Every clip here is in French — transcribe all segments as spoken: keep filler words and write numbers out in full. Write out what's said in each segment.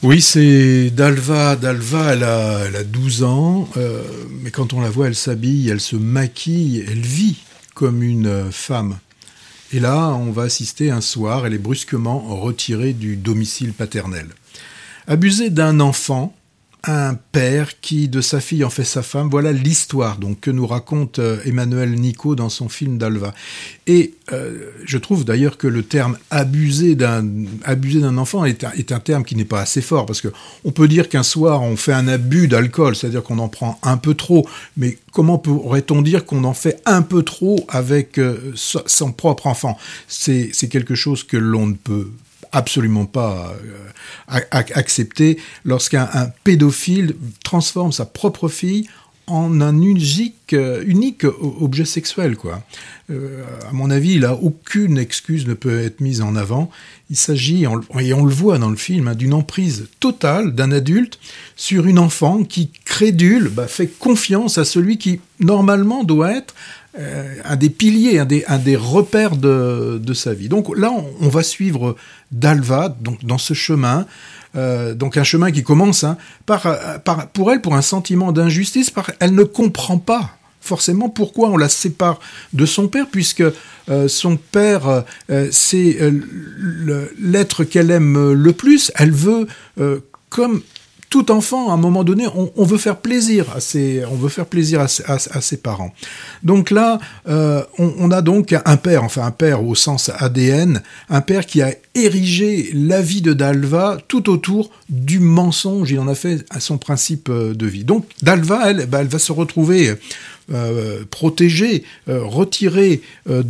Oui, c'est Dalva. Dalva, elle a, elle a douze ans, euh, mais quand on la voit, elle s'habille, elle se maquille, elle vit comme une femme. Et là, on va assister un soir, elle est brusquement retirée du domicile paternel. Abusée d'un enfant, un père qui de sa fille en fait sa femme, voilà l'histoire donc que nous raconte euh, Emmanuel Nicot dans son film Dalva. Et euh, je trouve d'ailleurs que le terme abuser d'un abuser d'un enfant est un, est un terme qui n'est pas assez fort, parce que on peut dire qu'un soir on fait un abus d'alcool, c'est-à-dire qu'on en prend un peu trop, mais comment pourrait-on dire qu'on en fait un peu trop avec euh, son propre enfant ? C'est, c'est quelque chose que l'on ne peut absolument pas euh, accepter lorsqu'un un pédophile transforme sa propre fille en un unique, euh, unique objet sexuel, quoi. Euh, à mon avis, là, aucune excuse ne peut être mise en avant. Il s'agit, et on le voit dans le film, hein, d'une emprise totale d'un adulte sur une enfant qui, crédule, bah, fait confiance à celui qui, normalement, doit être Euh, un des piliers, un des, un des repères de, de sa vie. Donc là, on, on va suivre Dalva donc, dans ce chemin, euh, donc un chemin qui commence hein, par, par, pour elle, pour un sentiment d'injustice, par, elle ne comprend pas forcément pourquoi on la sépare de son père, puisque euh, son père, euh, c'est euh, le, l'être qu'elle aime le plus. Elle veut, euh, comme tout enfant, à un moment donné, on, on veut faire plaisir à ses, on veut faire plaisir à, à, à ses parents. Donc là, euh, on, on a donc un père, enfin un père au sens A D N, un père qui a érigé la vie de Dalva tout autour du mensonge. Il en a fait son principe de vie. Donc Dalva, elle, bah, elle va se retrouver euh, protégée, euh, retirée euh,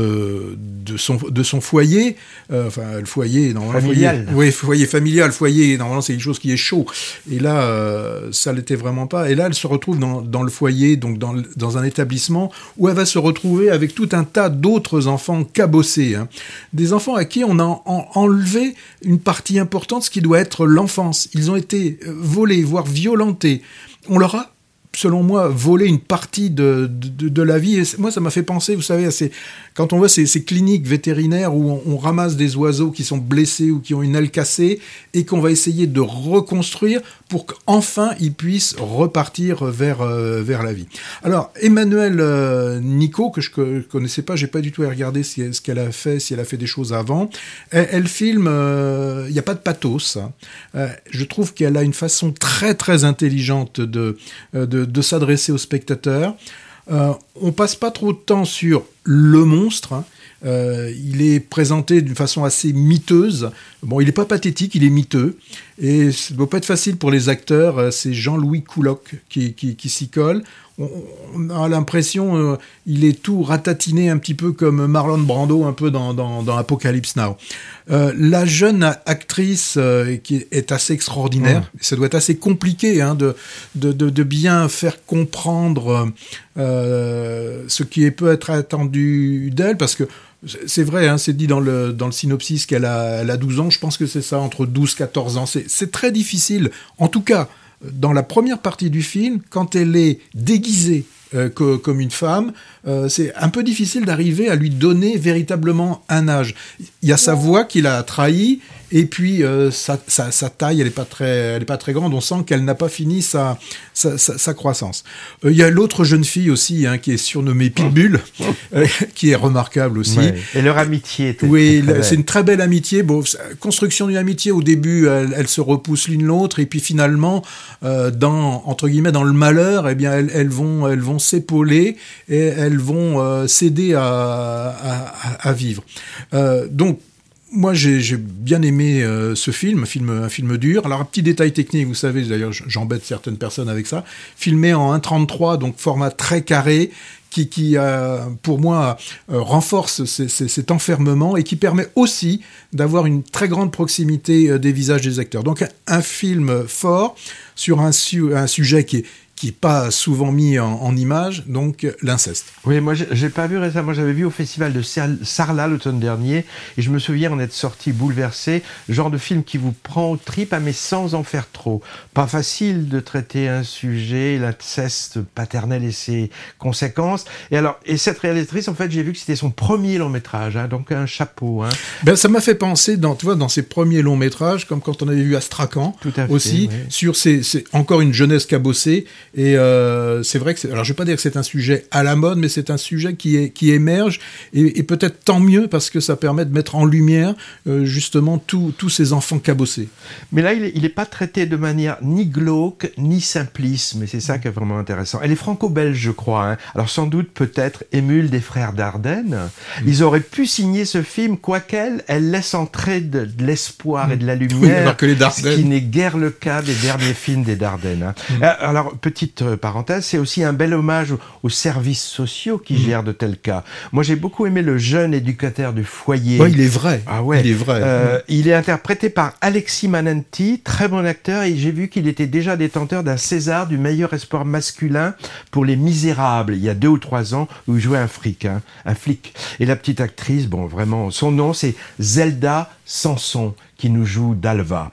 de de son de son foyer, euh, enfin le foyer normalement familial. Foyer, oui, foyer familial, foyer normalement c'est quelque chose qui est chaud. Et là, euh, ça l'était vraiment pas. Et là, elle se retrouve dans, dans le foyer, donc dans, dans un établissement où elle va se retrouver avec tout un tas d'autres enfants cabossés. Hein. Des enfants à qui on a en, enlevé une partie importante, ce qui doit être l'enfance. Ils ont été volés, voire violentés. On leur a, selon moi, volé une partie de, de, de la vie. Et moi, ça m'a fait penser, vous savez, à ces, quand on voit ces, ces cliniques vétérinaires où on, on ramasse des oiseaux qui sont blessés ou qui ont une aile cassée et qu'on va essayer de reconstruire pour qu'enfin ils puissent repartir vers, euh, vers la vie. Alors, Emmanuel euh, Nicot, que je ne connaissais pas, j'ai pas du tout regardé si, ce qu'elle a fait, si elle a fait des choses avant, elle, elle filme, il euh, n'y a pas de pathos. Hein. Euh, je trouve qu'elle a une façon très très intelligente de, de, de s'adresser aux spectateurs. Euh, on passe pas trop de temps sur le monstre, hein. Euh, il est présenté d'une façon assez miteuse. Bon, il n'est pas pathétique, il est miteux. Et ça ne doit pas être facile pour les acteurs. C'est Jean-Louis Couloc qui, qui, qui s'y colle. On, on a l'impression euh, il est tout ratatiné un petit peu comme Marlon Brando un peu dans, dans, dans Apocalypse Now. Euh, la jeune actrice euh, qui est assez extraordinaire. Mmh. Ça doit être assez compliqué hein, de, de, de, de bien faire comprendre euh, ce qui peut être attendu d'elle, parce que c'est vrai, hein, c'est dit dans le, dans le synopsis qu'elle a, elle a douze ans, je pense que c'est ça, entre douze et quatorze ans. C'est, c'est très difficile, en tout cas, dans la première partie du film, quand elle est déguisée euh, que, comme une femme, euh, c'est un peu difficile d'arriver à lui donner véritablement un âge. Il y a sa voix qui l'a trahi, et puis euh, sa, sa, sa taille, elle n'est pas très, elle est pas très grande. On sent qu'elle n'a pas fini sa, sa, sa, sa croissance. Euh, il y a l'autre jeune fille aussi, hein, qui est surnommée Pitbull, euh, qui est remarquable aussi. Ouais. Et leur amitié était oui, très, très c'est une très belle amitié. Bon, construction d'une amitié. Au début, elles, elles se repoussent l'une l'autre, et puis finalement, euh, dans entre guillemets, dans le malheur, eh bien, elles, elles vont, elles vont s'épauler et elles vont euh, s'aider à, à, à vivre. Euh, donc moi, j'ai, j'ai bien aimé euh, ce film, un film, un film dur. Alors, un petit détail technique, vous savez, d'ailleurs, j'embête certaines personnes avec ça. Filmé en un trente-trois, donc format très carré, qui, qui euh, pour moi, euh, renforce c- c- cet enfermement et qui permet aussi d'avoir une très grande proximité euh, des visages des acteurs. Donc, un, un film fort sur un, su- un sujet qui est qui n'est pas souvent mis en, en image, donc l'inceste. Oui, moi j'ai, j'ai pas vu récemment, j'avais vu au festival de Sarlat l'automne dernier, et je me souviens en être sorti bouleversé, genre de film qui vous prend aux tripes, mais sans en faire trop. Pas facile de traiter un sujet, l'inceste paternel et ses conséquences. Et alors, et cette réalisatrice, en fait, j'ai vu que c'était son premier long métrage, hein, donc un chapeau. Hein. Ben, ça m'a fait penser, dans, tu vois, dans ses premiers longs métrages, comme quand on avait vu Astrakhan, Tout à fait, aussi, oui. sur ces, ces, encore une jeunesse cabossée. Et euh, c'est vrai que, c'est, alors je vais pas dire que c'est un sujet à la mode, mais c'est un sujet qui, est, qui émerge, et, et peut-être tant mieux, parce que ça permet de mettre en lumière, euh, justement, tous ces enfants cabossés. Mais là, il n'est pas traité de manière ni glauque, ni simpliste, mais c'est ça qui est vraiment intéressant. Elle est franco-belge, je crois. Hein. Alors sans doute, peut-être, émule des frères Dardenne. Mmh. Ils auraient pu signer ce film, quoiqu'elle, elle laisse entrer de, de l'espoir mmh. et de la lumière, oui, alors que les Dardenne... ce qui n'est guère le cas des derniers films des Dardenne. Hein. Mmh. Alors, petite parenthèse, c'est aussi un bel hommage aux, aux services sociaux qui mmh. gèrent de tels cas. Moi, j'ai beaucoup aimé le jeune éducateur du foyer. Ouais, il est vrai. Ah ouais. Il est vrai. Euh, mmh. Il est interprété par Alexis Manenti, très bon acteur, et j'ai vu qu'il était déjà détenteur d'un César du meilleur espoir masculin pour Les Misérables, il y a deux ou trois ans, où il jouait un flic, hein, un flic. Et la petite actrice, bon, vraiment, son nom, c'est Zelda Samson, qui nous joue Dalva.